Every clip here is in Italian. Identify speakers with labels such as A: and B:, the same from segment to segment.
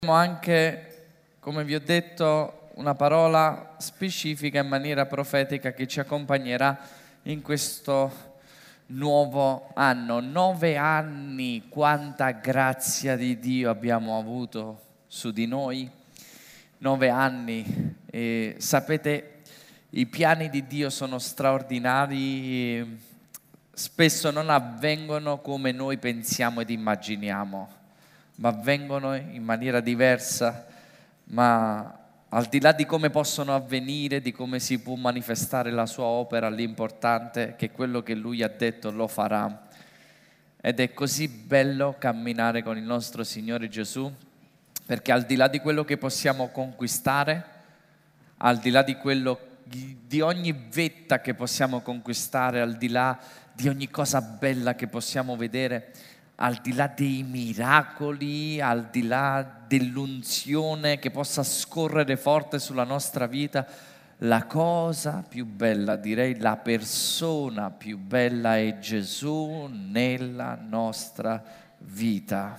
A: Anche, come vi ho detto, una parola specifica in maniera profetica che ci accompagnerà in questo nuovo anno. 9 anni, quanta grazia di Dio abbiamo avuto su di noi. 9 anni, e sapete, i piani di Dio sono straordinari e spesso non avvengono come noi pensiamo ed immaginiamo, ma avvengono in maniera diversa, ma al di là di come possono avvenire, di come si può manifestare la sua opera, l'importante è che quello che Lui ha detto lo farà. Ed è così bello camminare con il nostro Signore Gesù, perché al di là di quello che possiamo conquistare, al di là di ogni vetta che possiamo conquistare, al di là di ogni cosa bella che possiamo vedere, al di là dei miracoli, al di là dell'unzione che possa scorrere forte sulla nostra vita, la cosa più bella, direi la persona più bella è Gesù nella nostra vita.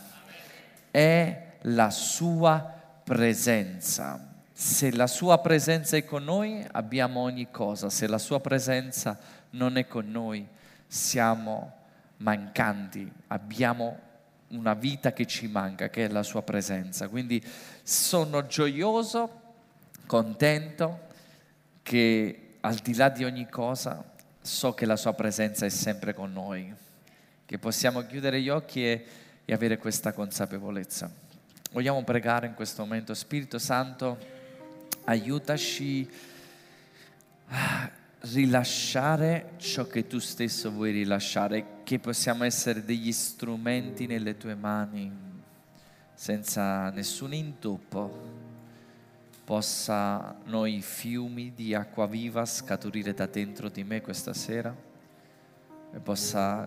A: È la sua presenza. Se la sua presenza è con noi, abbiamo ogni cosa. Se la sua presenza non è con noi, siamo mancanti, abbiamo una vita che ci manca, che è la sua presenza. Quindi sono gioioso, contento che al di là di ogni cosa so che la sua presenza è sempre con noi, che possiamo chiudere gli occhi e avere questa consapevolezza. Vogliamo pregare in questo momento. Spirito Santo, aiutaci a rilasciare ciò che tu stesso vuoi rilasciare, che possiamo essere degli strumenti nelle tue mani, senza nessun intoppo, possano i fiumi di acqua viva scaturire da dentro di me questa sera e possa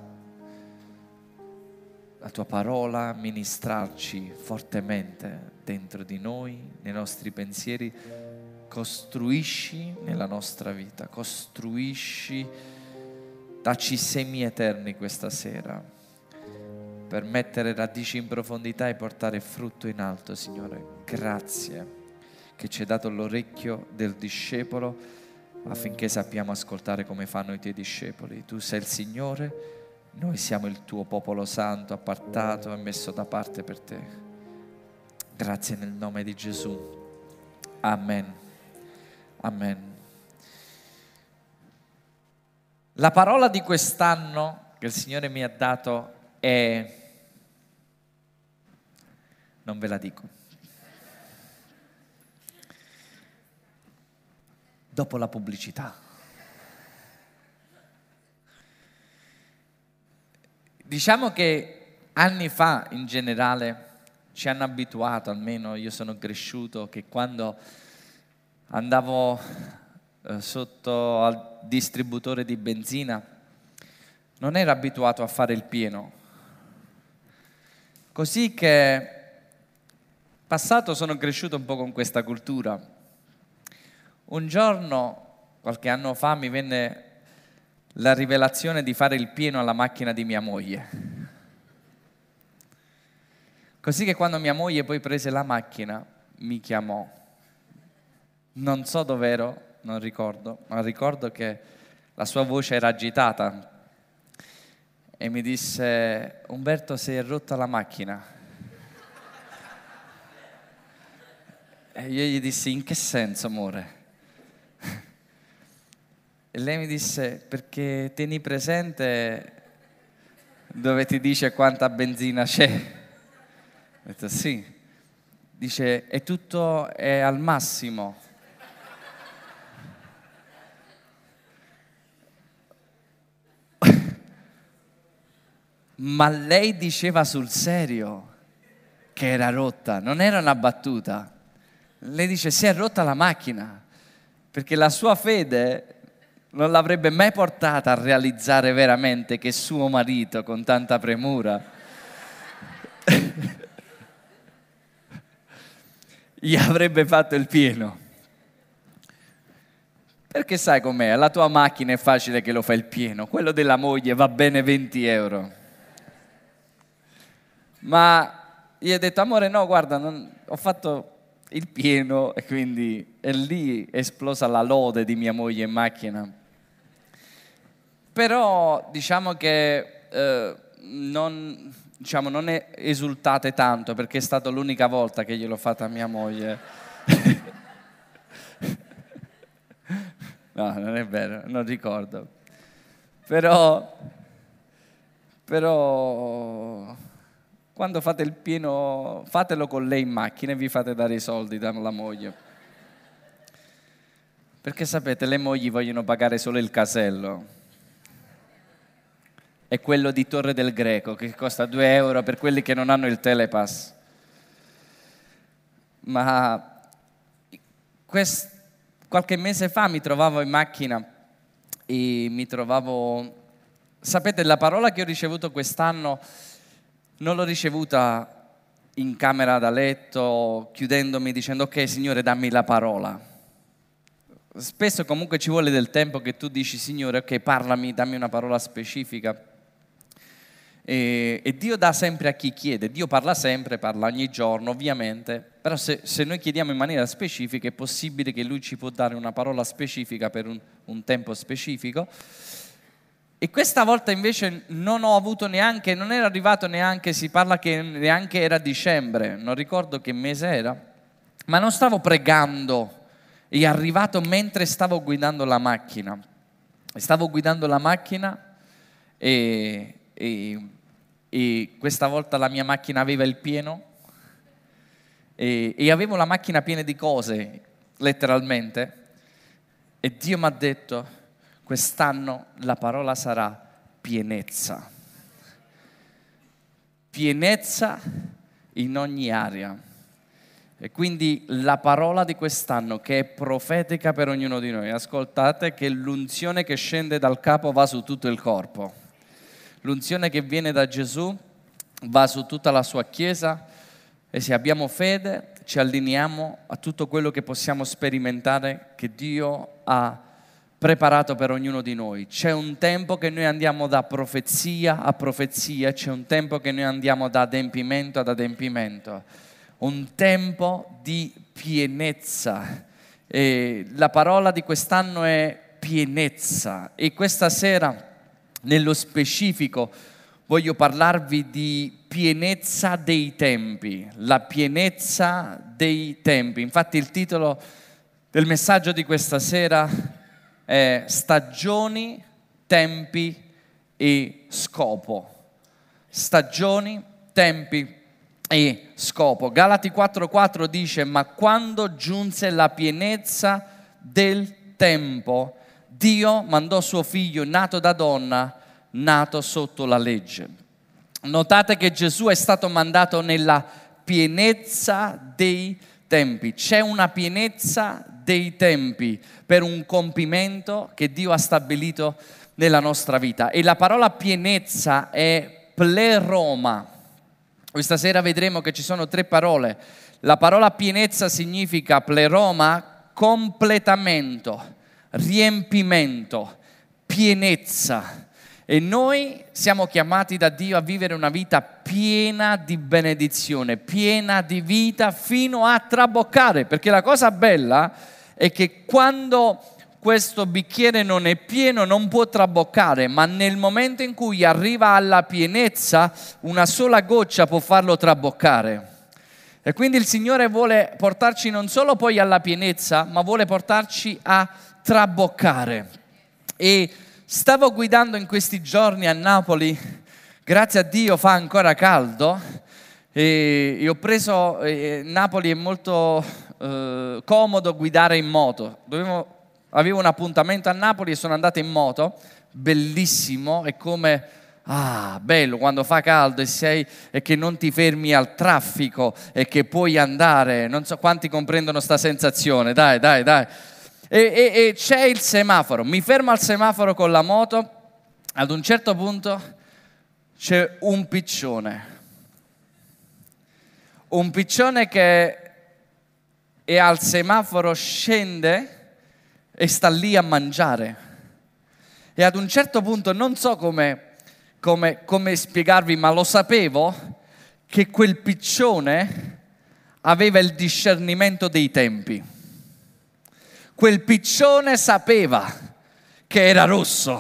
A: la tua parola ministrarci fortemente dentro di noi, nei nostri pensieri. Costruisci nella nostra vita, costruisci, dacci semi eterni questa sera per mettere radici in profondità e portare frutto in alto, Signore. Grazie che ci hai dato l'orecchio del discepolo affinché sappiamo ascoltare come fanno i tuoi discepoli. Tu sei il Signore, noi siamo il tuo popolo santo, appartato e messo da parte per te. Grazie nel nome di Gesù. Amen. Amen. La parola di quest'anno che il Signore mi ha dato è... non ve la dico. Dopo la pubblicità. Diciamo che anni fa in generale ci hanno abituato, almeno io sono cresciuto, che quando andavo sotto al distributore di benzina non ero abituato a fare il pieno, così che passato sono cresciuto un po' con questa cultura. Un giorno, qualche anno fa, mi venne la rivelazione di fare il pieno alla macchina di mia moglie, così che quando mia moglie poi prese la macchina mi chiamò. Non so dov'ero, non ricordo, ma ricordo che la sua voce era agitata e mi disse: Umberto, si è rotta la macchina. E io gli dissi: in che senso, amore? E lei mi disse: perché tieni presente dove ti dice quanta benzina c'è? Ho detto sì. Dice: e tutto è al massimo. Ma lei diceva sul serio che era rotta, non era una battuta. Lei dice: si è rotta la macchina, perché la sua fede non l'avrebbe mai portata a realizzare veramente che suo marito, con tanta premura, gli avrebbe fatto il pieno. Perché sai com'è, la tua macchina è facile che lo fai il pieno, quello della moglie va bene 20 euro. Ma io ho detto: amore, no, guarda, ho fatto il pieno e quindi è lì esplosa la lode di mia moglie in macchina. Però diciamo che non è esultate tanto, perché è stata l'unica volta che gliel'ho fatta a mia moglie. No, non è vero, non ricordo. Però quando fate il pieno, fatelo con lei in macchina e vi fate dare i soldi dalla moglie. Perché sapete, le mogli vogliono pagare solo il casello. È quello di Torre del Greco, che costa 2 euro per quelli che non hanno il telepass. Ma qualche mese fa mi trovavo in macchina e sapete, la parola che ho ricevuto quest'anno non l'ho ricevuta in camera da letto, chiudendomi dicendo ok Signore dammi la parola. Spesso comunque ci vuole del tempo che tu dici Signore ok parlami, dammi una parola specifica. E Dio dà sempre a chi chiede, Dio parla sempre, parla ogni giorno ovviamente, però se noi chiediamo in maniera specifica è possibile che Lui ci può dare una parola specifica per un tempo specifico. E questa volta invece non era arrivato neanche, si parla che neanche era dicembre, non ricordo che mese era, ma non stavo pregando, è arrivato mentre stavo guidando la macchina. Stavo guidando la macchina e questa volta la mia macchina aveva il pieno e avevo la macchina piena di cose, letteralmente, e Dio mi ha detto quest'anno la parola sarà pienezza. Pienezza in ogni area. E quindi la parola di quest'anno che è profetica per ognuno di noi, ascoltate che l'unzione che scende dal capo va su tutto il corpo. L'unzione che viene da Gesù va su tutta la sua Chiesa e se abbiamo fede ci allineiamo a tutto quello che possiamo sperimentare che Dio ha preparato per ognuno di noi. C'è un tempo che noi andiamo da profezia a profezia, c'è un tempo che noi andiamo da adempimento ad adempimento, un tempo di pienezza. E la parola di quest'anno è pienezza e questa sera nello specifico voglio parlarvi di pienezza dei tempi, la pienezza dei tempi. Infatti il titolo del messaggio di questa sera è Stagioni, tempi e scopo. Stagioni, tempi e scopo. Galati 4:4 dice: ma quando giunse la pienezza del tempo, Dio mandò suo figlio nato da donna, nato sotto la legge. Notate che Gesù è stato mandato nella pienezza dei tempi. C'è una pienezza dei tempi per un compimento che Dio ha stabilito nella nostra vita. E la parola pienezza è pleroma. Questa sera vedremo che ci sono 3 parole. La parola pienezza significa pleroma, completamento, riempimento, pienezza. E noi siamo chiamati da Dio a vivere una vita piena di benedizione, piena di vita fino a traboccare, perché la cosa bella è che quando questo bicchiere non è pieno non può traboccare, ma nel momento in cui arriva alla pienezza una sola goccia può farlo traboccare. E quindi il Signore vuole portarci non solo poi alla pienezza, ma vuole portarci a traboccare. E stavo guidando in questi giorni a Napoli, grazie a Dio fa ancora caldo e ho preso, Napoli è molto comodo guidare in moto, avevo un appuntamento a Napoli e sono andato in moto, bellissimo, è come, bello quando fa caldo e che non ti fermi al traffico e che puoi andare, non so quanti comprendono sta sensazione, dai. E c'è il semaforo, mi fermo al semaforo con la moto, ad un certo punto c'è un piccione che è al semaforo, scende e sta lì a mangiare. E ad un certo punto, non so come spiegarvi, ma lo sapevo che quel piccione aveva il discernimento dei tempi. Quel piccione sapeva che era rosso,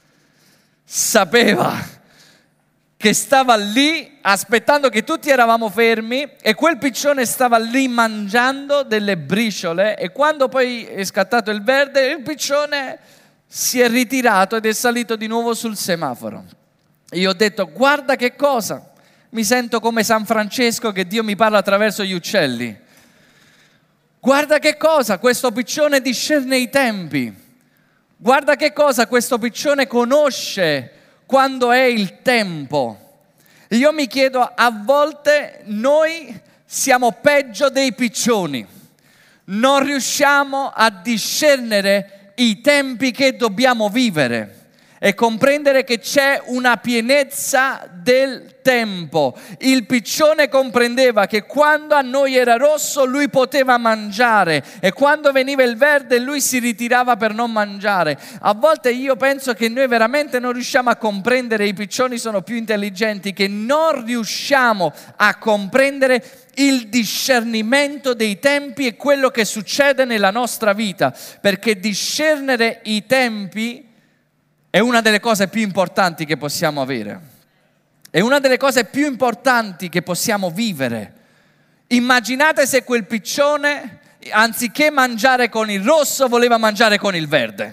A: sapeva che stava lì aspettando che tutti eravamo fermi e quel piccione stava lì mangiando delle briciole e quando poi è scattato il verde il piccione si è ritirato ed è salito di nuovo sul semaforo. Io ho detto: guarda che cosa, mi sento come San Francesco che Dio mi parla attraverso gli uccelli. Guarda che cosa, questo piccione discerne i tempi. Guarda che cosa, questo piccione conosce quando è il tempo. Io mi chiedo, a volte noi siamo peggio dei piccioni. Non riusciamo a discernere i tempi che dobbiamo vivere e comprendere che c'è una pienezza del tempo. Il piccione comprendeva che quando a noi era rosso lui poteva mangiare e quando veniva il verde lui si ritirava per non mangiare. A volte io penso che noi veramente non riusciamo a comprendere, i piccioni sono più intelligenti, che non riusciamo a comprendere il discernimento dei tempi e quello che succede nella nostra vita, perché discernere i tempi è una delle cose più importanti che possiamo avere. È una delle cose più importanti che possiamo vivere. Immaginate se quel piccione, anziché mangiare con il rosso, voleva mangiare con il verde.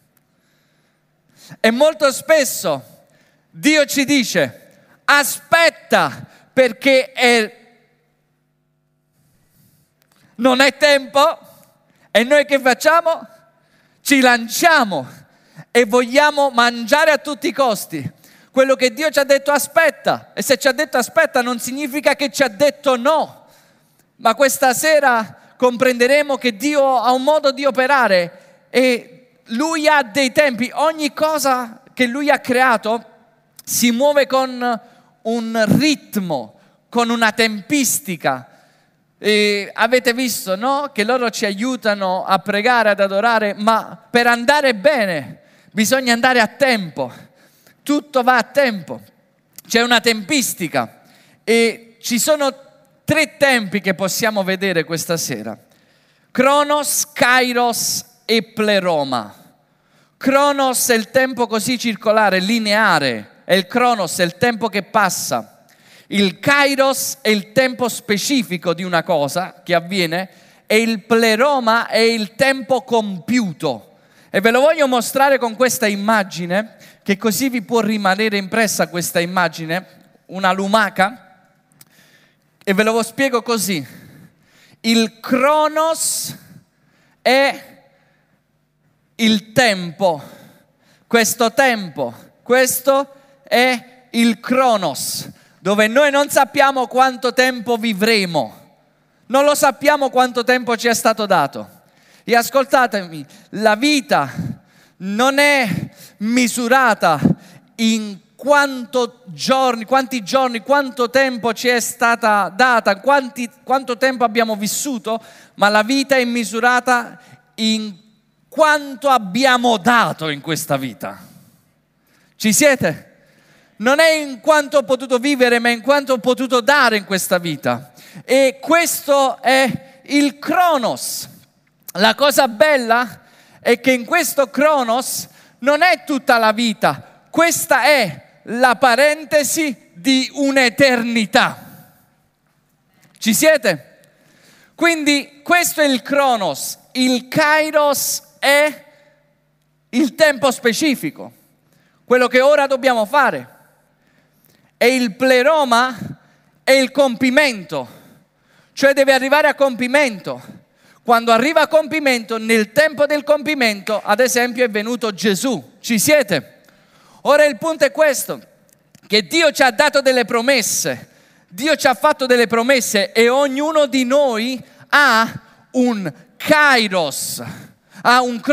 A: E molto spesso Dio ci dice: aspetta, perché non è tempo. E noi che facciamo? Ci lanciamo e vogliamo mangiare a tutti i costi quello che Dio ci ha detto aspetta. E se ci ha detto aspetta non significa che ci ha detto no, ma questa sera comprenderemo che Dio ha un modo di operare e Lui ha dei tempi. Ogni cosa che Lui ha creato si muove con un ritmo, con una tempistica. E avete visto, no? Che loro ci aiutano a pregare, ad adorare, ma per andare bene bisogna andare a tempo. Tutto va a tempo. C'è una tempistica e ci sono 3 tempi che possiamo vedere questa sera: Cronos, Kairos e Pleroma. Cronos è il tempo così circolare, lineare, e il Cronos è il tempo che passa. Il Kairos è il tempo specifico di una cosa che avviene e il Pleroma è il tempo compiuto. E ve lo voglio mostrare con questa immagine, che così vi può rimanere impressa questa immagine, una lumaca, e ve lo spiego così. Il Cronos è il tempo, questo è il Cronos, dove noi non sappiamo quanto tempo vivremo, non lo sappiamo quanto tempo ci è stato dato. E ascoltatemi, la vita non è misurata in quanti giorni, quanto tempo ci è stata data, quanto tempo abbiamo vissuto, ma la vita è misurata in quanto abbiamo dato in questa vita. Ci siete? Non è in quanto ho potuto vivere, ma in quanto ho potuto dare in questa vita. E questo è il Cronos. La cosa bella è che in questo Cronos non è tutta la vita, questa è la parentesi di un'eternità. Ci siete? Quindi questo è il Cronos. Il Kairos è il tempo specifico, quello che ora dobbiamo fare. E il Pleroma è il compimento, cioè deve arrivare a compimento. Quando arriva a compimento, nel tempo del compimento, ad esempio, è venuto Gesù. Ci siete? Ora il punto è questo, che Dio ci ha dato delle promesse, Dio ci ha fatto delle promesse e ognuno di noi ha un Kairos, ha un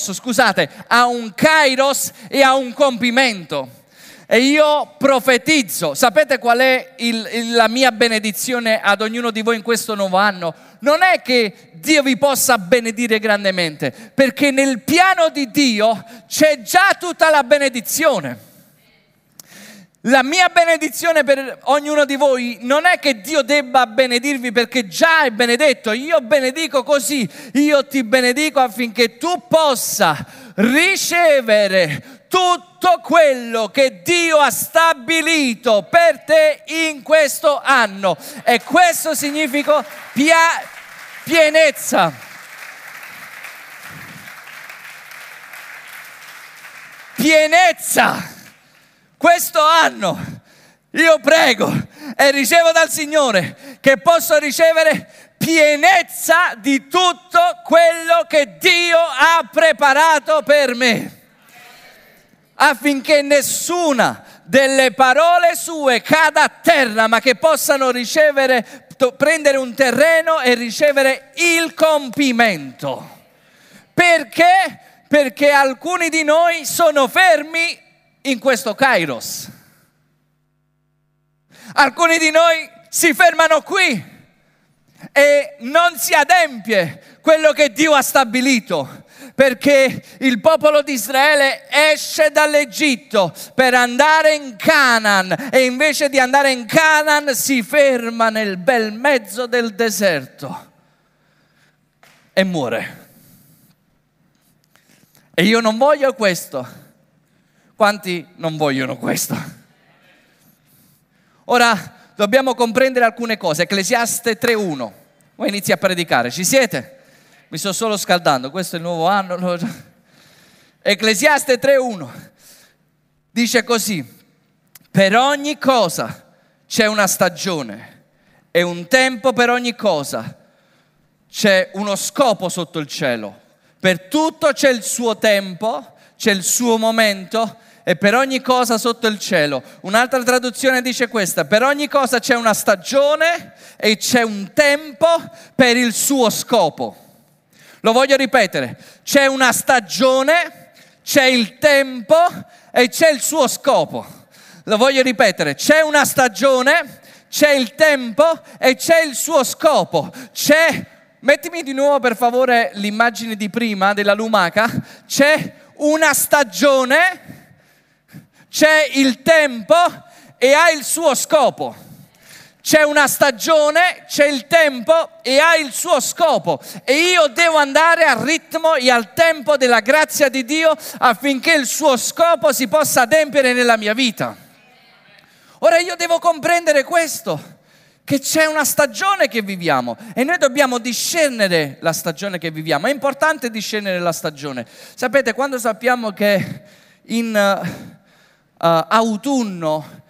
A: Kairos e ha un compimento. E io profetizzo, sapete qual è la mia benedizione ad ognuno di voi in questo nuovo anno? Non è che Dio vi possa benedire grandemente, perché nel piano di Dio c'è già tutta la benedizione. La mia benedizione per ognuno di voi non è che Dio debba benedirvi perché già è benedetto. Io benedico così, io ti benedico affinché tu possa ricevere tutto quello che Dio ha stabilito per te in questo anno. E questo significa pienezza. Pienezza. Questo anno io prego e ricevo dal Signore che posso ricevere pienezza di tutto quello che Dio ha preparato per me, affinché nessuna delle parole sue cada a terra, ma che possano prendere un terreno e ricevere il compimento. Perché? Perché alcuni di noi sono fermi in questo Kairos. Alcuni di noi si fermano qui e non si adempie quello che Dio ha stabilito, perché il popolo di Israele esce dall'Egitto per andare in Canaan e invece di andare in Canaan si ferma nel bel mezzo del deserto e muore. E io non voglio questo. Quanti non vogliono questo? Ora dobbiamo comprendere alcune cose. Ecclesiaste 3:1. Voi inizi a predicare, ci siete? Mi sto solo scaldando, questo è il nuovo anno. Ecclesiaste 3:1 dice così: per ogni cosa c'è una stagione e un tempo per ogni cosa, c'è uno scopo sotto il cielo. Per tutto c'è il suo tempo, c'è il suo momento e per ogni cosa sotto il cielo. Un'altra traduzione dice questa: per ogni cosa c'è una stagione e c'è un tempo per il suo scopo. Lo voglio ripetere: c'è una stagione, c'è il tempo e c'è il suo scopo. Lo voglio ripetere: c'è una stagione, c'è il tempo e c'è il suo scopo. Mettimi di nuovo per favore l'immagine di prima della lumaca. C'è una stagione, c'è il tempo e ha il suo scopo. C'è una stagione, c'è il tempo e ha il suo scopo. E io devo andare al ritmo e al tempo della grazia di Dio affinché il suo scopo si possa adempiere nella mia vita. Ora io devo comprendere questo, che c'è una stagione che viviamo e noi dobbiamo discernere la stagione che viviamo. È importante discernere la stagione. Sapete, quando sappiamo che in autunno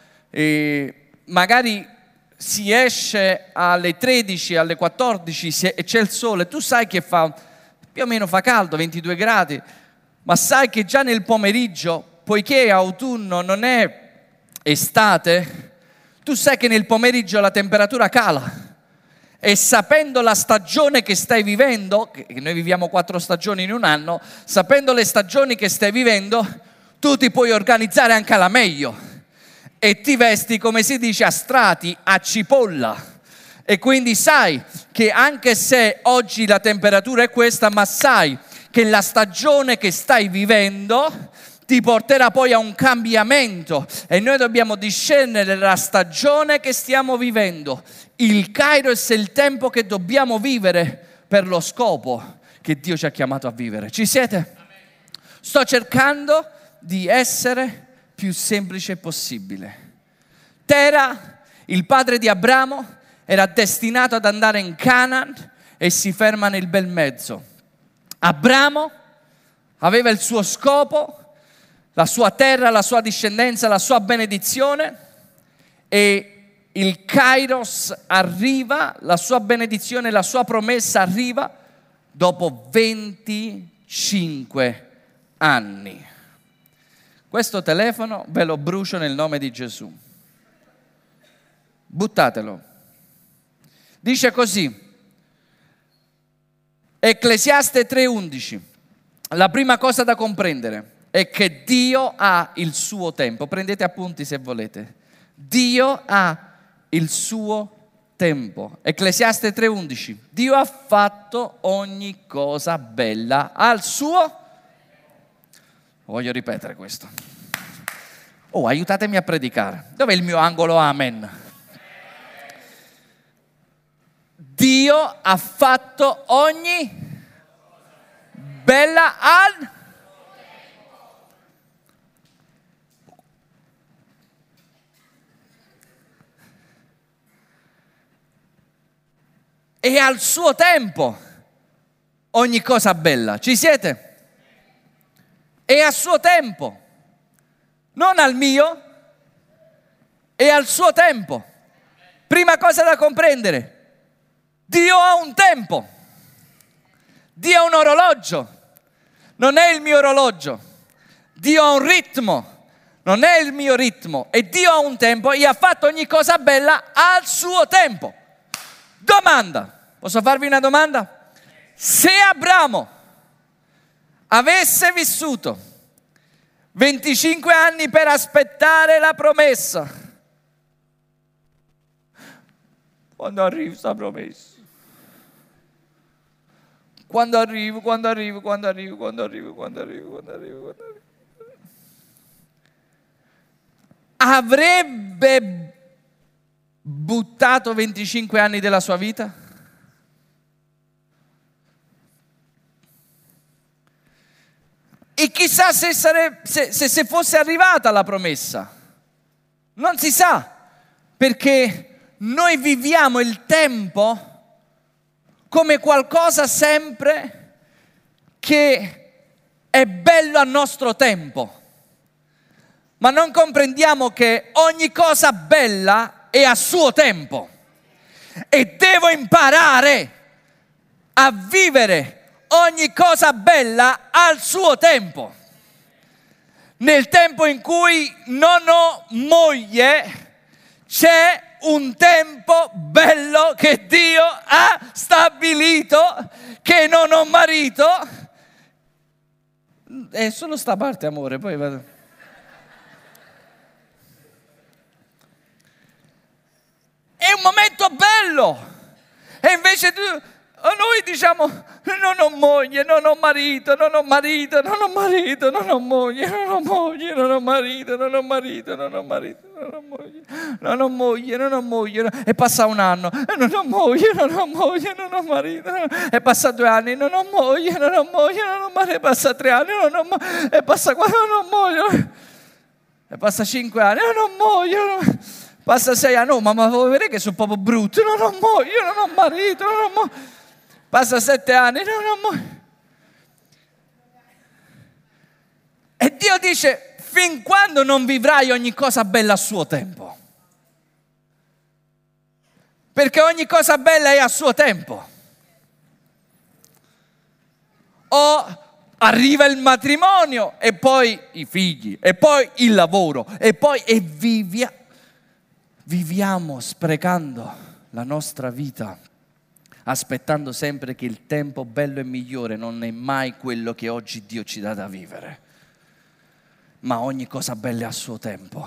A: magari si esce alle 13, alle 14 e c'è il sole, tu sai che più o meno fa caldo, 22 gradi, ma sai che già nel pomeriggio, poiché autunno non è estate, tu sai che nel pomeriggio la temperatura cala. E sapendo la stagione che stai vivendo, che noi viviamo 4 stagioni in un anno, sapendo le stagioni che stai vivendo, tu ti puoi organizzare anche alla meglio e ti vesti, come si dice, a strati, a cipolla. E quindi sai che anche se oggi la temperatura è questa, ma sai che la stagione che stai vivendo ti porterà poi a un cambiamento e noi dobbiamo discernere la stagione che stiamo vivendo. Il Kairos è il tempo che dobbiamo vivere per lo scopo che Dio ci ha chiamato a vivere. Ci siete? Sto cercando di essere più semplice possibile. Tera, il padre di Abramo, era destinato ad andare in Canaan e si ferma nel bel mezzo. Abramo aveva il suo scopo, la sua terra, la sua discendenza, la sua benedizione, e il Kairos arriva, la sua benedizione, la sua promessa arriva dopo 25 anni. Questo telefono ve lo brucio nel nome di Gesù. Buttatelo. Dice così, Ecclesiaste 3:11, la prima cosa da comprendere è che Dio ha il suo tempo. Prendete appunti se volete. Dio ha il suo tempo. Ecclesiaste 3:11. Dio ha fatto ogni cosa bella al suo. Voglio ripetere questo. Oh, aiutatemi a predicare. Dov'è il mio angolo amen? Dio ha fatto ogni bella al... E al suo tempo ogni cosa bella. Ci siete? E al suo tempo. Non al mio, e al suo tempo. Prima cosa da comprendere. Dio ha un tempo. Dio ha un orologio. Non è il mio orologio. Dio ha un ritmo. Non è il mio ritmo. E Dio ha un tempo e ha fatto ogni cosa bella al suo tempo. Domanda. Posso farvi una domanda? Se Abramo avesse vissuto 25 anni per aspettare la promessa, quando arriva questa promessa? Quando arrivo. Avrebbe buttato 25 anni della sua vita? E chissà se fosse arrivata la promessa. Non si sa, perché noi viviamo il tempo come qualcosa sempre che è bello al nostro tempo. Ma non comprendiamo che ogni cosa bella è a suo tempo. E devo imparare a vivere ogni cosa bella al suo tempo. Nel tempo in cui non ho moglie, c'è un tempo bello che Dio ha stabilito, che non ho marito. È solo sta parte, amore, poi vado. È un momento bello. E invece noi diciamo: non ho moglie, non ho marito, non ho marito, non ho marito, non ho moglie, non ho moglie, non ho marito, non ho marito, non ho marito, non ho moglie, non ho moglie, non ho moglie. E passa un anno, non ho moglie, non ho moglie, non ho marito. E passa 2 anni, non ho moglie, non ho moglie, non ho marito. E passa 3 anni, non ho moglie. E passa 4, non ho moglie. E passa 5 anni, non ho moglie, non ho... Passa 6 anni, no, ma vuoi vedere che sono proprio brutto, non ho moglie, non ho marito, non ho moglie. Passa 7 anni, non ho moglie. E Dio dice: fin quando non vivrai ogni cosa bella a suo tempo? Perché ogni cosa bella è a suo tempo. O arriva il matrimonio, e poi i figli, e poi il lavoro, e poi viviamo sprecando la nostra vita, aspettando sempre che il tempo bello e migliore non è mai quello che oggi Dio ci dà da vivere. Ma ogni cosa bella è a suo tempo.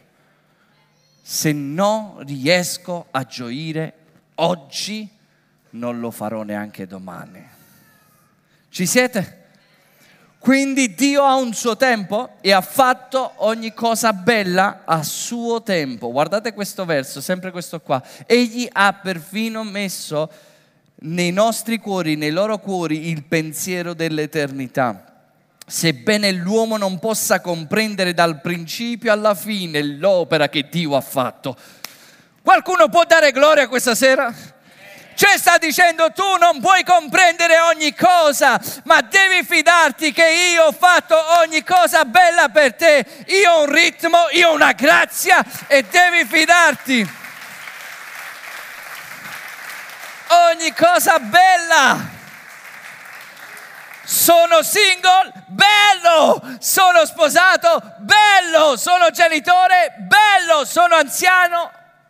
A: Se non riesco a gioire oggi, non lo farò neanche domani. Ci siete? Quindi Dio ha un suo tempo e ha fatto ogni cosa bella a suo tempo. Guardate questo verso, sempre questo qua. Egli ha perfino messo nei nostri cuori, nei loro cuori, il pensiero dell'eternità. Sebbene l'uomo non possa comprendere dal principio alla fine l'opera che Dio ha fatto. Qualcuno può dare gloria questa sera? Cioè sta dicendo: tu non puoi comprendere ogni cosa, ma devi fidarti che io ho fatto ogni cosa bella per te. Io ho un ritmo, io ho una grazia e devi fidarti. Ogni cosa bella. Sono single? Bello! Sono sposato? Bello! Sono genitore? Bello! Sono anziano?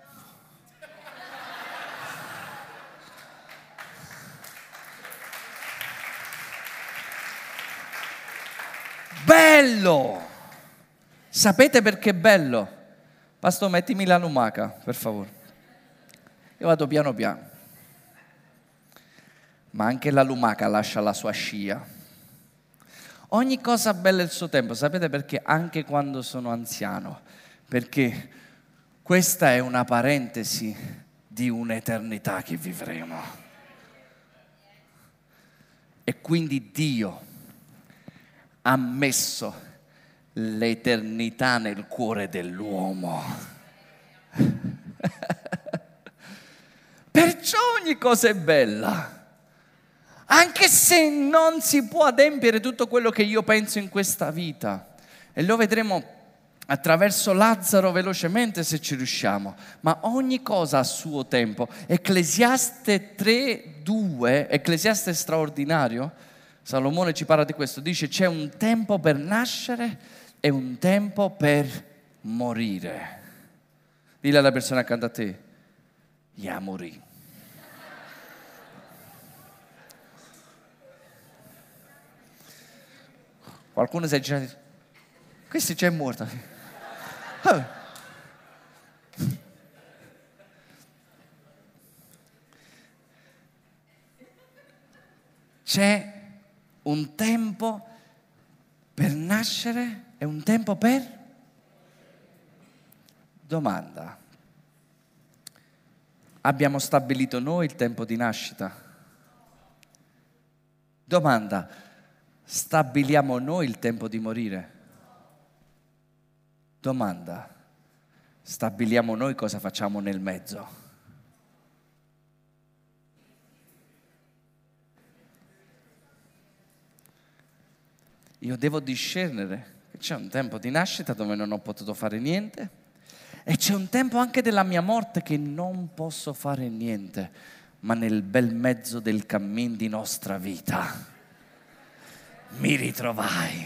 A: Bello! Sapete perché è bello? Pastore, mettimi la lumaca, per favore. Io vado piano piano. Ma anche la lumaca lascia la sua scia. Ogni cosa bella ha il suo tempo, sapete perché? Anche quando sono anziano, perché questa è una parentesi di un'eternità che vivremo. E quindi Dio ha messo l'eternità nel cuore dell'uomo. Perciò ogni cosa è bella. Anche se non si può adempiere tutto quello che io penso in questa vita. E lo vedremo attraverso Lazzaro velocemente se ci riusciamo. Ma ogni cosa ha suo tempo. Ecclesiaste 3:2, Ecclesiaste straordinario, Salomone ci parla di questo. Dice c'è un tempo per nascere e un tempo per morire. Dille alla persona accanto a te, io morì. Qualcuno si è girato, questo già è morto. C'è un tempo per nascere e un tempo per? Domanda. Abbiamo stabilito noi il tempo di nascita? Domanda. Stabiliamo noi il tempo di morire? Domanda. Stabiliamo noi cosa facciamo nel mezzo? Io devo discernere che c'è un tempo di nascita dove non ho potuto fare niente e c'è un tempo anche della mia morte che non posso fare niente, ma nel bel mezzo del cammin di nostra vita mi ritrovai.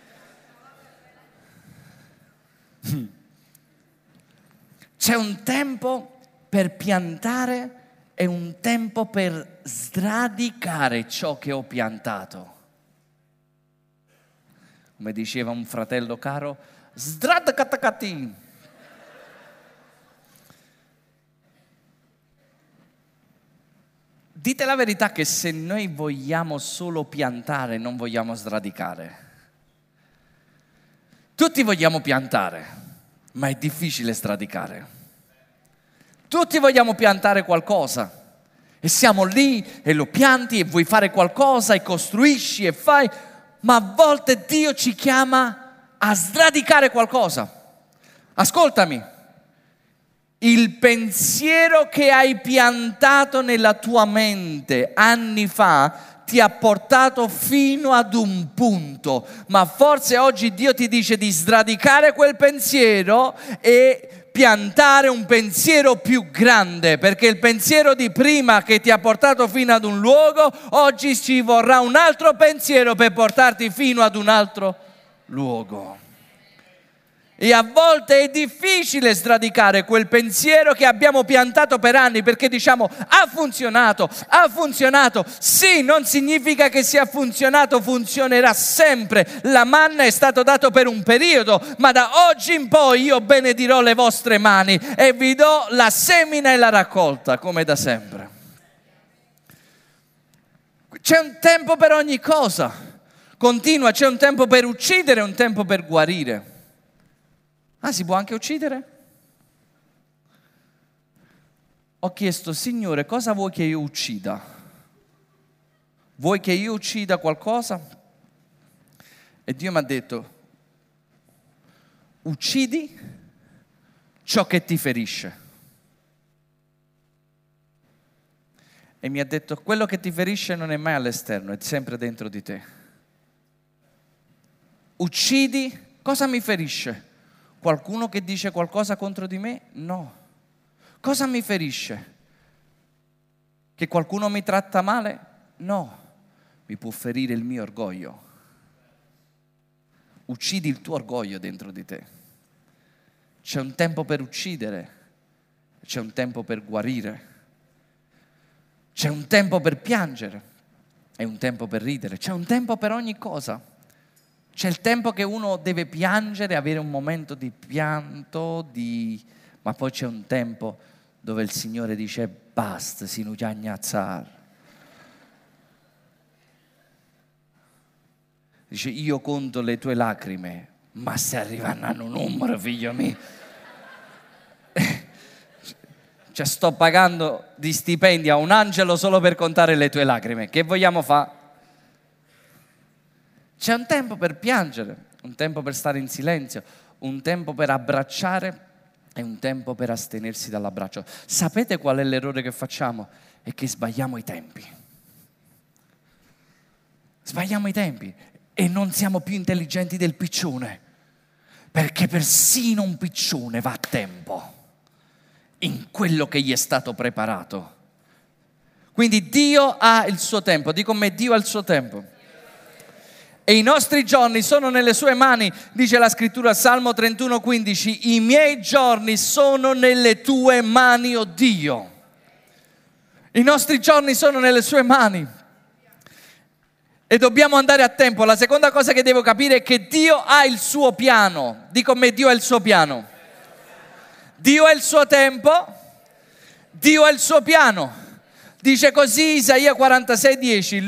A: C'è un tempo per piantare e un tempo per sradicare ciò che ho piantato. Come diceva un fratello caro, sradicatacati. Dite la verità che se noi vogliamo solo piantare, non vogliamo sradicare. Tutti vogliamo piantare, ma è difficile sradicare. Tutti vogliamo piantare qualcosa e siamo lì e lo pianti e vuoi fare qualcosa e costruisci e fai, ma a volte Dio ci chiama a sradicare qualcosa. Ascoltami. Il pensiero che hai piantato nella tua mente anni fa ti ha portato fino ad un punto, ma forse oggi Dio ti dice di sradicare quel pensiero e piantare un pensiero più grande, perché il pensiero di prima che ti ha portato fino ad un luogo, oggi ci vorrà un altro pensiero per portarti fino ad un altro luogo. E a volte è difficile sradicare quel pensiero che abbiamo piantato per anni, perché diciamo ha funzionato. Sì, non significa che sia funzionato, funzionerà sempre. La manna è stato dato per un periodo, ma da oggi in poi io benedirò le vostre mani e vi do la semina e la raccolta, come da sempre. C'è un tempo per ogni cosa. Continua, c'è un tempo per uccidere e un tempo per guarire. Ah, si può anche uccidere? Ho chiesto, Signore, cosa vuoi che io uccida? Vuoi che io uccida qualcosa? E Dio mi ha detto, uccidi ciò che ti ferisce. E mi ha detto, quello che ti ferisce non è mai all'esterno, è sempre dentro di te. Uccidi, cosa mi ferisce? Qualcuno che dice qualcosa contro di me? No. Cosa mi ferisce? Che qualcuno mi tratta male? No. Mi può ferire il mio orgoglio. Uccidi il tuo orgoglio dentro di te. C'è un tempo per uccidere, c'è un tempo per guarire, c'è un tempo per piangere e un tempo per ridere, c'è un tempo per ogni cosa. C'è il tempo che uno deve piangere, avere un momento di pianto, ma poi c'è un tempo dove il Signore dice basta, si non agnazzare. Dice, io conto le tue lacrime, ma se arrivano a un numero, figlio mio. Cioè, sto pagando di stipendi a un angelo solo per contare le tue lacrime. Che vogliamo fare? C'è un tempo per piangere, un tempo per stare in silenzio, un tempo per abbracciare e un tempo per astenersi dall'abbraccio. Sapete qual è l'errore che facciamo? È che sbagliamo i tempi. Sbagliamo i tempi e non siamo più intelligenti del piccione, perché persino un piccione va a tempo in quello che gli è stato preparato. Quindi Dio ha il suo tempo. Dico con me, Dio ha il suo tempo. E i nostri giorni sono nelle sue mani, dice la scrittura, Salmo 31,15, i miei giorni sono nelle tue mani, oh Dio. I nostri giorni sono nelle sue mani. E dobbiamo andare a tempo. La seconda cosa che devo capire è che Dio ha il suo piano. Dico con me, Dio ha il suo piano. Dio ha il suo tempo, Dio ha il suo piano. Dice così Isaia 46,10,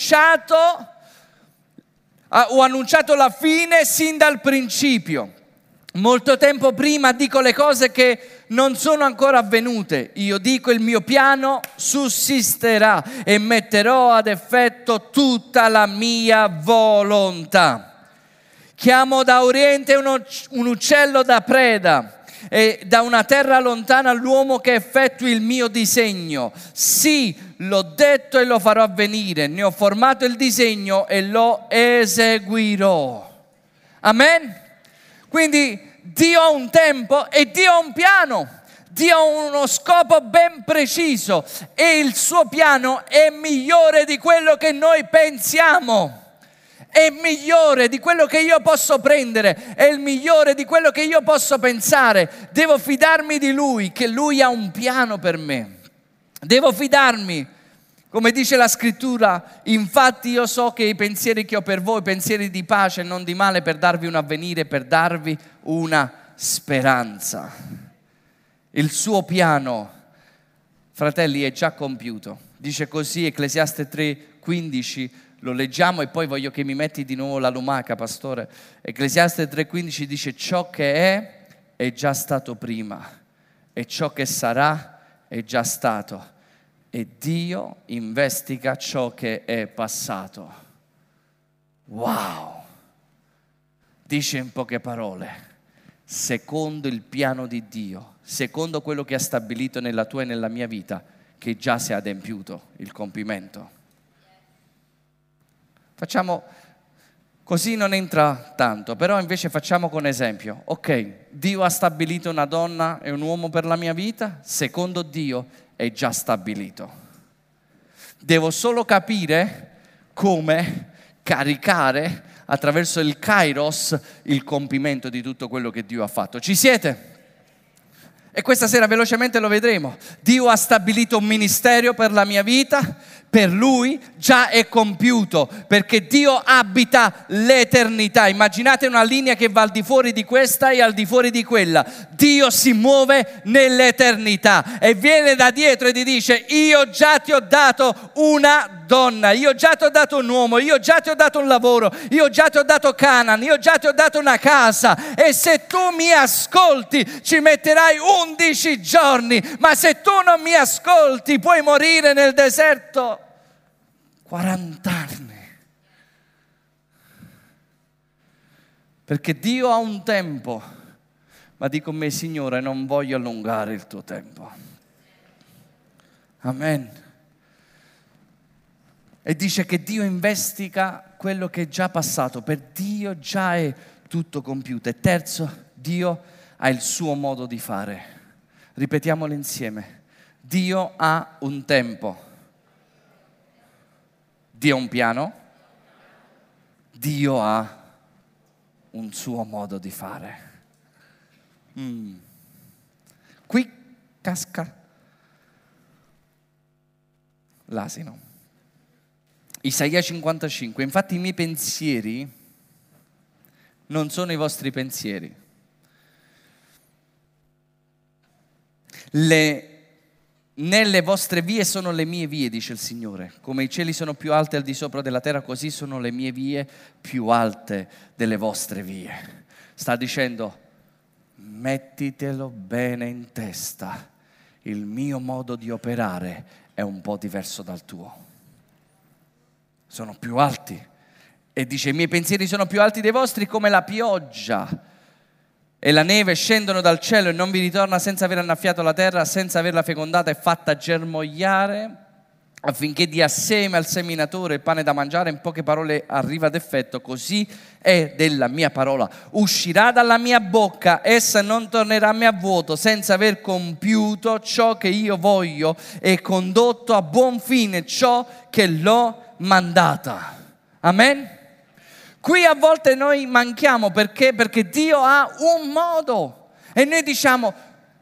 A: ho annunciato la fine sin dal principio. Molto tempo prima dico le cose che non sono ancora avvenute. Io dico il mio piano sussisterà e metterò ad effetto tutta la mia volontà. Chiamo da oriente un uccello da preda e da una terra lontana l'uomo che effettui il mio disegno. Sì, l'ho detto e lo farò avvenire. Ne ho formato il disegno e lo eseguirò. Amen? Quindi Dio ha un tempo e Dio ha un piano. Dio ha uno scopo ben preciso e il suo piano è migliore di quello che noi pensiamo. È migliore di quello che io posso prendere, è il migliore di quello che io posso pensare. Devo fidarmi di Lui, che Lui ha un piano per me. Devo fidarmi, come dice la scrittura, infatti io so che i pensieri che ho per voi, pensieri di pace e non di male, per darvi un avvenire, per darvi una speranza. Il suo piano, fratelli, è già compiuto. Dice così Ecclesiaste 3,15, lo leggiamo e poi voglio che mi metti di nuovo la lumaca, pastore. Ecclesiaste 3,15 dice ciò che è già stato prima e ciò che sarà è già stato e Dio investiga ciò che è passato. Wow! Dice in poche parole, secondo il piano di Dio, secondo quello che ha stabilito nella tua e nella mia vita, che già si è adempiuto il compimento. Facciamo, così non entra tanto, però invece facciamo con esempio. Ok, Dio ha stabilito una donna e un uomo per la mia vita, secondo Dio è già stabilito. Devo solo capire come caricare attraverso il Kairos il compimento di tutto quello che Dio ha fatto. Ci siete? E questa sera velocemente lo vedremo. Dio ha stabilito un ministero per la mia vita, per Lui già è compiuto, perché Dio abita l'eternità. Immaginate una linea che va al di fuori di questa e al di fuori di quella. Dio si muove nell'eternità e viene da dietro e ti dice: io già ti ho dato una donna, io già ti ho dato un uomo, io già ti ho dato un lavoro, io già ti ho dato Canaan, io già ti ho dato una casa, e se tu mi ascolti ci metterai 11 giorni, ma se tu non mi ascolti puoi morire nel deserto 40 anni. Perché Dio ha un tempo, ma di con me: Signore, non voglio allungare il tuo tempo. Amen. E dice che Dio investiga quello che è già passato. Per Dio già è tutto compiuto. E terzo, Dio ha il suo modo di fare. Ripetiamolo insieme. Dio ha un tempo. Dio ha un piano. Dio ha un suo modo di fare. Qui casca l'asino. Isaia 55, infatti i miei pensieri non sono i vostri pensieri, le nelle vostre vie sono le mie vie, dice il Signore. Come i cieli sono più alti al di sopra della terra, così sono le mie vie più alte delle vostre vie. Sta dicendo, mettitelo bene in testa, il mio modo di operare è un po' diverso dal tuo. Sono più alti. E dice, i miei pensieri sono più alti dei vostri, come la pioggia e la neve scendono dal cielo e non vi ritorna senza aver annaffiato la terra, senza averla fecondata e fatta germogliare, affinché dia seme al seminatore il pane da mangiare. In poche parole arriva ad effetto, così è della mia parola. Uscirà dalla mia bocca, essa non tornerà a me a vuoto, senza aver compiuto ciò che io voglio e condotto a buon fine ciò che l'ho mandata. Amen? Qui a volte noi manchiamo perché Dio ha un modo e noi diciamo,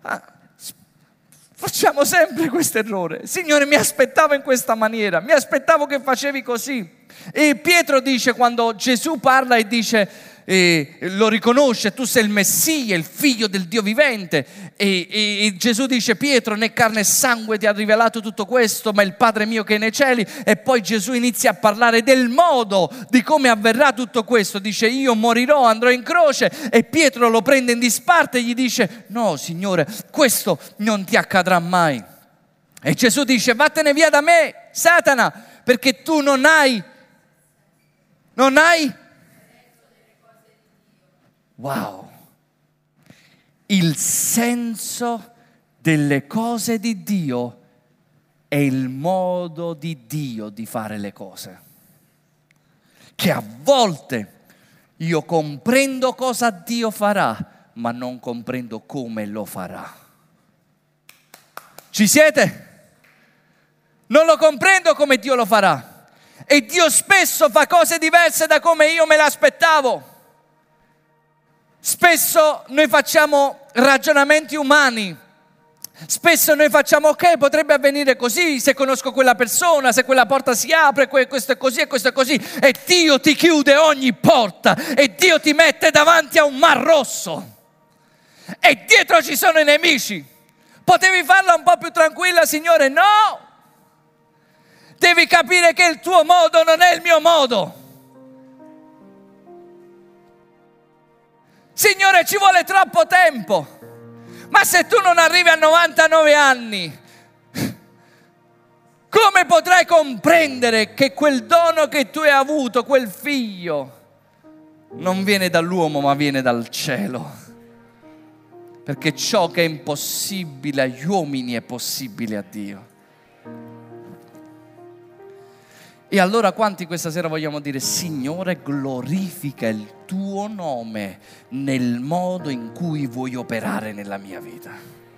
A: facciamo sempre questo errore. Signore, mi aspettavo in questa maniera, mi aspettavo che facevi così. E Pietro dice, quando Gesù parla e dice, lo riconosce, tu sei il Messia, il figlio del Dio vivente, e Gesù dice, Pietro, né carne e sangue ti ha rivelato tutto questo, ma il Padre mio che è nei cieli. E poi Gesù inizia a parlare del modo di come avverrà tutto questo. Dice, io morirò, andrò in croce, e Pietro lo prende in disparte e gli dice, no Signore, questo non ti accadrà mai. E Gesù dice, vattene via da me, Satana, perché tu non hai wow, il senso delle cose di Dio è il modo di Dio di fare le cose. Che a volte io comprendo cosa Dio farà, ma non comprendo come lo farà. Ci siete? Non lo comprendo come Dio lo farà. E Dio spesso fa cose diverse da come io me l'aspettavo. Spesso noi facciamo ragionamenti umani. Spesso noi facciamo, ok, potrebbe avvenire così, se conosco quella persona, se quella porta si apre, questo è così e questo è così. E Dio ti chiude ogni porta. E Dio ti mette davanti a un mar rosso. E dietro ci sono i nemici. Potevi farla un po' più tranquilla, Signore? No! Devi capire che il tuo modo non è il mio modo. Signore, ci vuole troppo tempo. Ma se tu non arrivi a 99 anni, come potrai comprendere che quel dono che tu hai avuto, quel figlio, non viene dall'uomo ma viene dal cielo? Perché ciò che è impossibile agli uomini è possibile a Dio. E allora quanti questa sera vogliamo dire, Signore, glorifica il tuo nome nel modo in cui vuoi operare nella mia vita.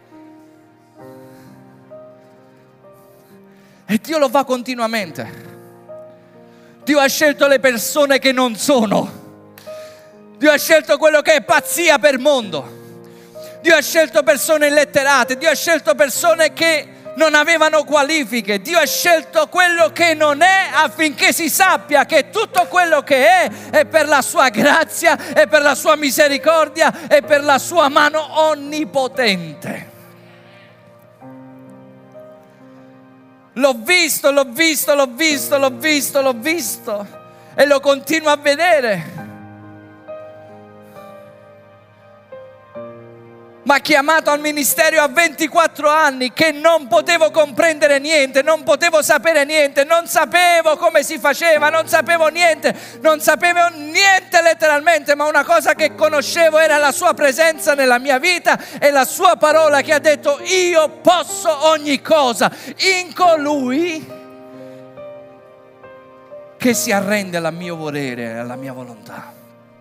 A: E Dio lo fa continuamente. Dio ha scelto le persone che non sono. Dio ha scelto quello che è pazzia per mondo. Dio ha scelto persone illetterate. Dio ha scelto persone che non avevano qualifiche. Dio ha scelto quello che non è, affinché si sappia che tutto quello che è per la sua grazia, è per la sua misericordia, è per la sua mano onnipotente. L'ho visto e lo continuo a vedere. Ma chiamato al ministero a 24 anni, che non potevo comprendere niente, non potevo sapere niente, non sapevo come si faceva, non sapevo niente letteralmente, ma una cosa che conoscevo era la sua presenza nella mia vita e la sua parola che ha detto, io posso ogni cosa in colui che si arrende al mio volere, alla mia volontà.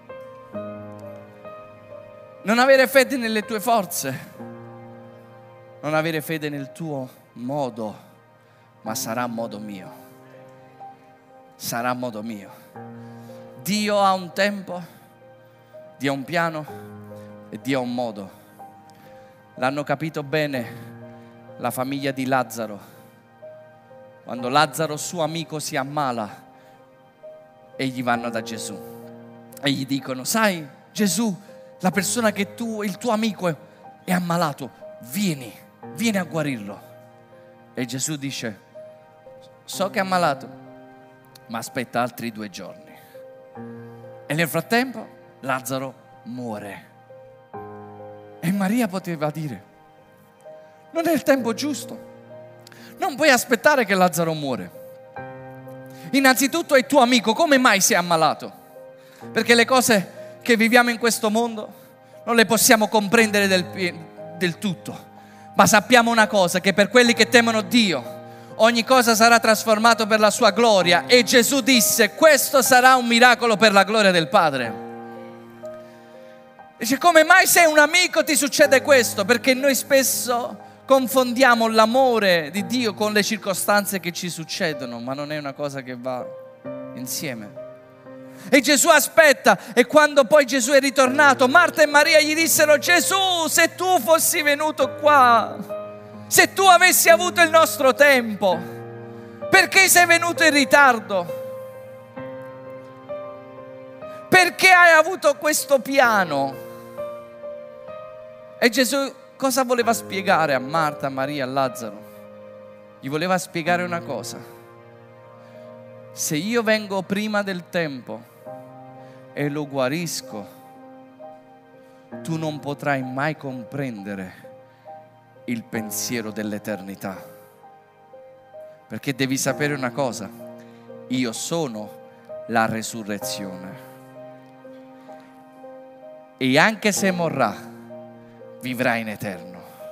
A: Non avere fede nelle tue forze, non avere fede nel tuo modo, ma sarà modo mio. Sarà modo mio. Dio ha un tempo, Dio ha un piano e Dio ha un modo. L'hanno capito bene la famiglia di Lazzaro. Quando Lazzaro, suo amico, si ammala e gli vanno da Gesù e gli dicono, sai Gesù, la persona che il tuo amico è ammalato, vieni a guarirlo. E Gesù dice: so che è ammalato, ma aspetta altri 2 giorni. E nel frattempo Lazzaro muore. E Maria poteva dire: non è il tempo giusto, non puoi aspettare che Lazzaro muore. Innanzitutto è tuo amico, come mai si è ammalato? Perché le cose che viviamo in questo mondo non le possiamo comprendere del tutto, ma sappiamo una cosa, che per quelli che temono Dio ogni cosa sarà trasformato per la sua gloria. E Gesù disse: questo sarà un miracolo per la gloria del Padre. Dice: come mai se un amico ti succede questo? Perché noi spesso confondiamo l'amore di Dio con le circostanze che ci succedono, ma non è una cosa che va insieme. E Gesù aspetta, e quando poi Gesù è ritornato, Marta e Maria gli dissero: Gesù, se tu fossi venuto qua, se tu avessi avuto il nostro tempo, perché sei venuto in ritardo? Perché hai avuto questo piano? E Gesù cosa voleva spiegare a Marta, a Maria, a Lazzaro? Gli voleva spiegare una cosa: se io vengo prima del tempo e lo guarisco, tu non potrai mai comprendere il pensiero dell'eternità. Perché devi sapere una cosa: io sono la resurrezione, e anche se morrà vivrà in eterno.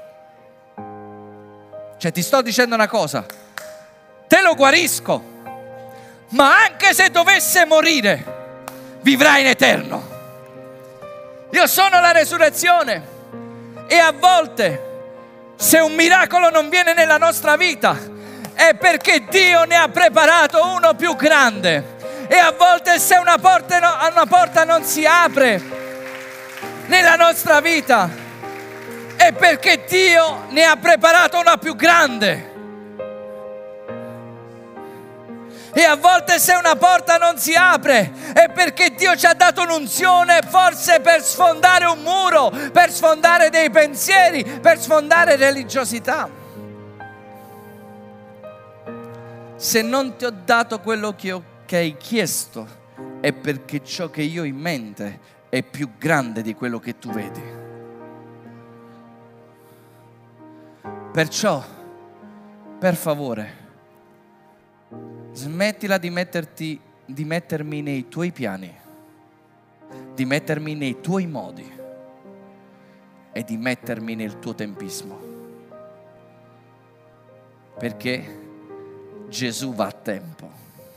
A: Cioè, ti sto dicendo una cosa: te lo guarisco, ma anche se dovesse morire vivrà in eterno. Io sono la resurrezione. E a volte, se un miracolo non viene nella nostra vita, è perché Dio ne ha preparato uno più grande. E a volte, se una porta non si apre nella nostra vita, è perché Dio ne ha preparato una più grande. E a volte, se una porta non si apre, è perché Dio ci ha dato un'unzione, forse per sfondare un muro, per sfondare dei pensieri, per sfondare religiosità. Se non ti ho dato quello che hai chiesto, è perché ciò che io ho in mente è più grande di quello che tu vedi. Perciò, per favore, smettila di mettermi nei tuoi piani, di mettermi nei tuoi modi e di mettermi nel tuo tempismo. Perché Gesù va a tempo.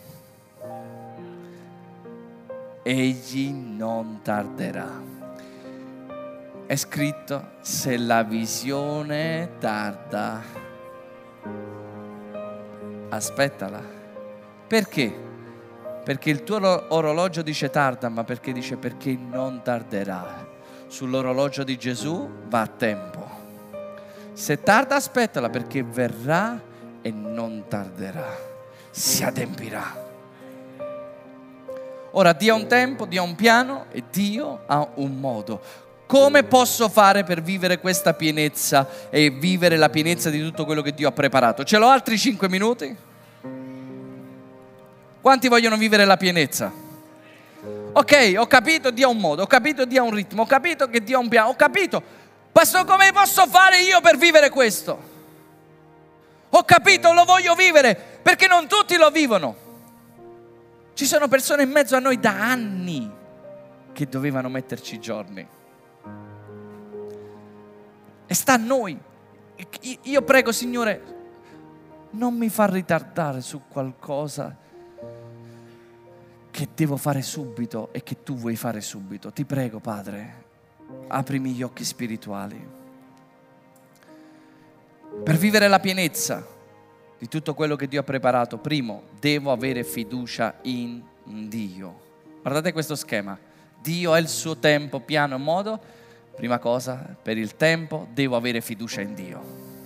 A: Egli non tarderà. È scritto: se la visione tarda, aspettala. Perché? Perché il tuo orologio dice tarda, ma perché dice perché non tarderà. Sull'orologio di Gesù va a tempo. Se tarda, aspettala, perché verrà e non tarderà, si adempirà. Ora, Dio ha un tempo, Dio ha un piano e Dio ha un modo. Come posso fare per vivere questa pienezza e vivere la pienezza di tutto quello che Dio ha preparato? Ce l'ho altri 5 minuti? Quanti vogliono vivere la pienezza? Ok, ho capito, Dio ha un modo, ho capito, Dio ha un ritmo, ho capito che Dio ha un piano, ho capito. Pastor, come posso fare io per vivere questo? Ho capito, lo voglio vivere, perché non tutti lo vivono. Ci sono persone in mezzo a noi da anni che dovevano metterci i giorni. E sta a noi. Io prego, Signore, non mi far ritardare su qualcosa che devo fare subito e che tu vuoi fare subito. Ti prego, Padre, aprimi gli occhi spirituali. Per vivere la pienezza di tutto quello che Dio ha preparato, primo, devo avere fiducia in Dio. Guardate questo schema: Dio ha il suo tempo, piano e modo. Prima cosa, per il tempo devo avere fiducia in Dio.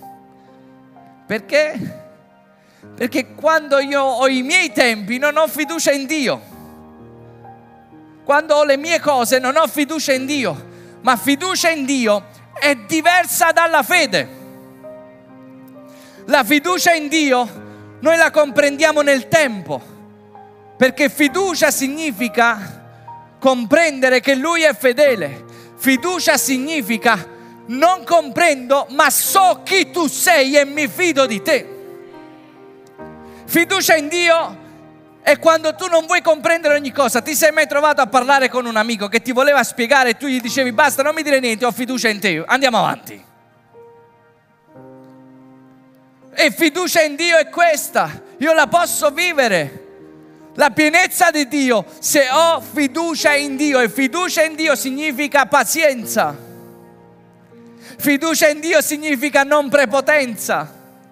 A: Perché? Perché quando io ho i miei tempi non ho fiducia in Dio. Quando ho le mie cose non ho fiducia in Dio. Ma fiducia in Dio è diversa dalla fede. La fiducia in Dio noi la comprendiamo nel tempo, perché fiducia significa comprendere che Lui è fedele. Fiducia significa non comprendo, ma so chi tu sei e mi fido di te. Fiducia in Dio è quando tu non vuoi comprendere ogni cosa. Ti sei mai trovato a parlare con un amico che ti voleva spiegare e tu gli dicevi basta, non mi dire niente, ho fiducia in te, andiamo avanti. E fiducia in Dio è questa, io la posso vivere, la pienezza di Dio, se ho fiducia in Dio. E fiducia in Dio significa pazienza. Fiducia in Dio significa non prepotenza.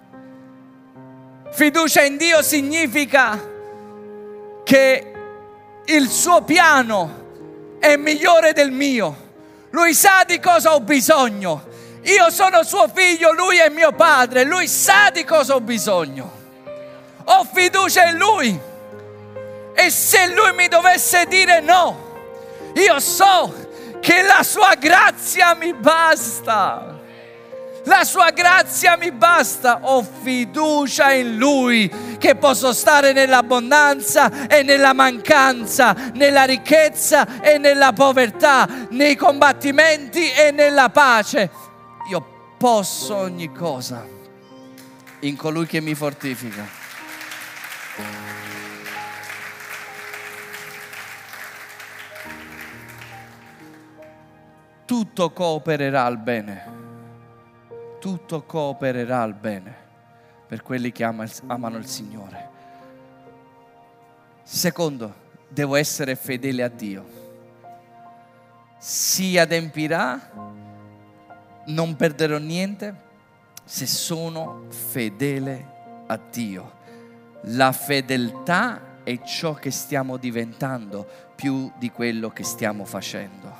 A: Fiducia in Dio significa che il suo piano è migliore del mio. Lui sa di cosa ho bisogno. Io sono suo figlio, lui è mio padre, lui sa di cosa ho bisogno. Ho fiducia in lui. E se lui mi dovesse dire no, io so che la sua grazia mi basta. La sua grazia mi basta. Ho fiducia in Lui, che posso stare nell'abbondanza e nella mancanza, nella ricchezza e nella povertà, nei combattimenti e nella pace. Io posso ogni cosa in colui che mi fortifica. Tutto coopererà al bene. Tutto coopererà al bene per quelli che amano il Signore. Secondo, devo essere fedele a Dio. Si adempirà, non perderò niente se sono fedele a Dio. La fedeltà è ciò che stiamo diventando più di quello che stiamo facendo.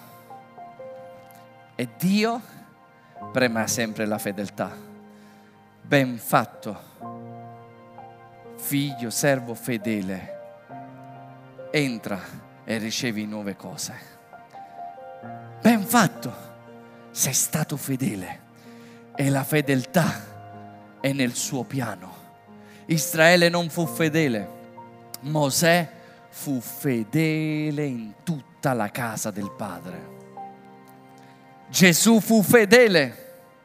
A: E Dio prema sempre la fedeltà. Ben fatto, figlio, servo fedele, entra e ricevi nuove cose. Ben fatto, sei stato fedele e la fedeltà è nel suo piano. Israele non fu fedele, Mosè fu fedele in tutta la casa del Padre. Gesù fu fedele.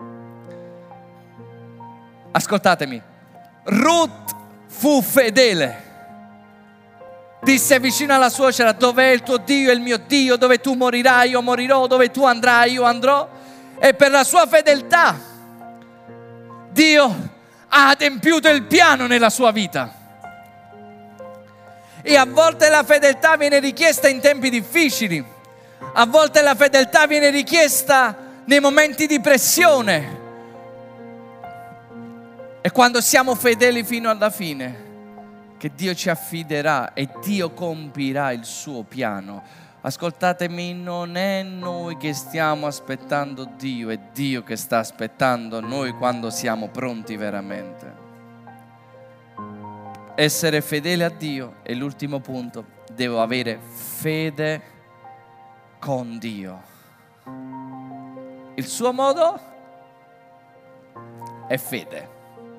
A: Ascoltatemi, Ruth fu fedele. Disse vicino alla suocera: dov'è il tuo Dio e il mio Dio? Dove tu morirai io morirò, dove tu andrai io andrò. E per la sua fedeltà Dio ha adempiuto il piano nella sua vita. E a volte la fedeltà viene richiesta in tempi difficili. A volte la fedeltà viene richiesta nei momenti di pressione. E quando siamo fedeli fino alla fine, che Dio ci affiderà e Dio compirà il suo piano. Ascoltatemi, non è noi che stiamo aspettando Dio, è Dio che sta aspettando noi quando siamo pronti veramente. Essere fedele a Dio è l'ultimo punto. Devo avere fede con Dio. Il suo modo è fede.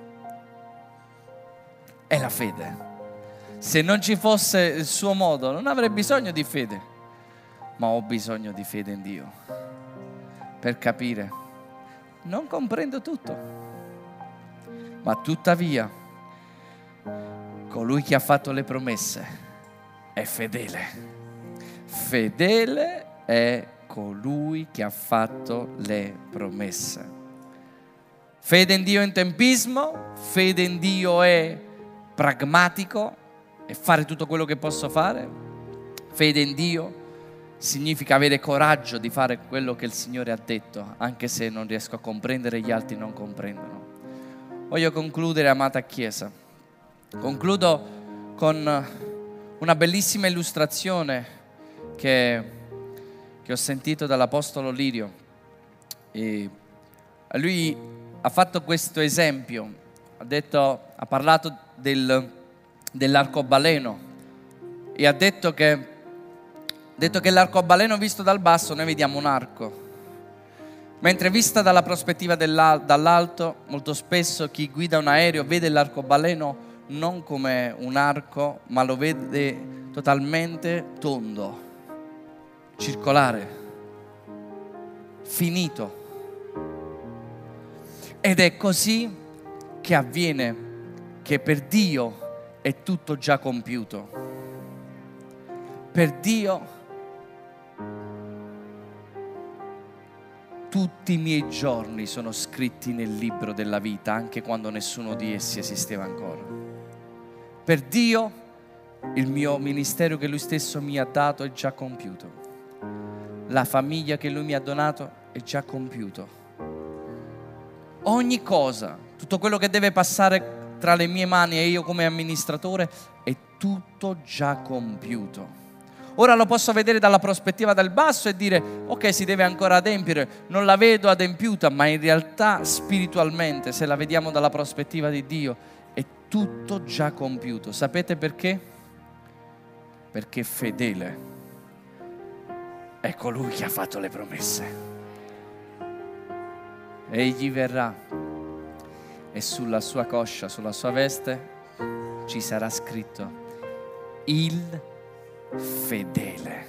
A: È la fede. Se non ci fosse il suo modo, non avrei bisogno di fede. Ma ho bisogno di fede in Dio per capire. Non comprendo tutto, ma tuttavia colui che ha fatto le promesse è fedele. Fedele è colui che ha fatto le promesse. Fede in Dio è in tempismo, fede in Dio è pragmatico e fare tutto quello che posso fare. Fede in Dio significa avere coraggio di fare quello che il Signore ha detto, anche se non riesco a comprendere e gli altri non comprendono. Voglio concludere, amata Chiesa. Concludo con una bellissima illustrazione che ho sentito dall'Apostolo Lirio. E lui ha fatto questo esempio, ha parlato dell'arcobaleno e ha detto che l'arcobaleno visto dal basso noi vediamo un arco. Mentre vista dalla prospettiva dall'alto, molto spesso chi guida un aereo vede l'arcobaleno non come un arco, ma lo vede totalmente tondo, circolare, finito. Ed è così che avviene, che per Dio è tutto già compiuto. Per Dio tutti i miei giorni sono scritti nel libro della vita, anche quando nessuno di essi esisteva ancora. Per Dio il mio ministero che Lui stesso mi ha dato è già compiuto. La famiglia che Lui mi ha donato è già compiuto. Ogni cosa, tutto quello che deve passare tra le mie mani e io come amministratore è tutto già compiuto. Ora lo posso vedere dalla prospettiva del basso e dire ok, si deve ancora adempiere, non la vedo adempiuta, ma in realtà spiritualmente, se la vediamo dalla prospettiva di Dio, è tutto già compiuto. Sapete perché? Perché fedele è colui che ha fatto le promesse. Egli verrà e sulla sua coscia, sulla sua veste ci sarà scritto il fedele.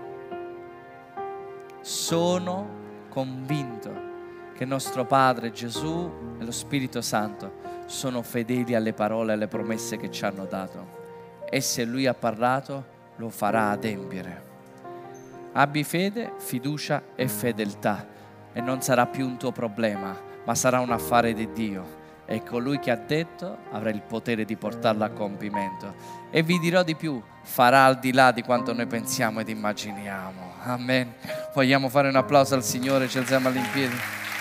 A: Sono convinto che nostro Padre Gesù e lo Spirito Santo sono fedeli alle parole e alle promesse che ci hanno dato, e se Lui ha parlato lo farà adempiere. Abbi fede, fiducia e fedeltà e non sarà più un tuo problema, ma sarà un affare di Dio. E colui che ha detto avrà il potere di portarlo a compimento. E vi dirò di più, farà al di là di quanto noi pensiamo ed immaginiamo. Amen. Vogliamo fare un applauso al Signore, ci alziamo all'impiedi.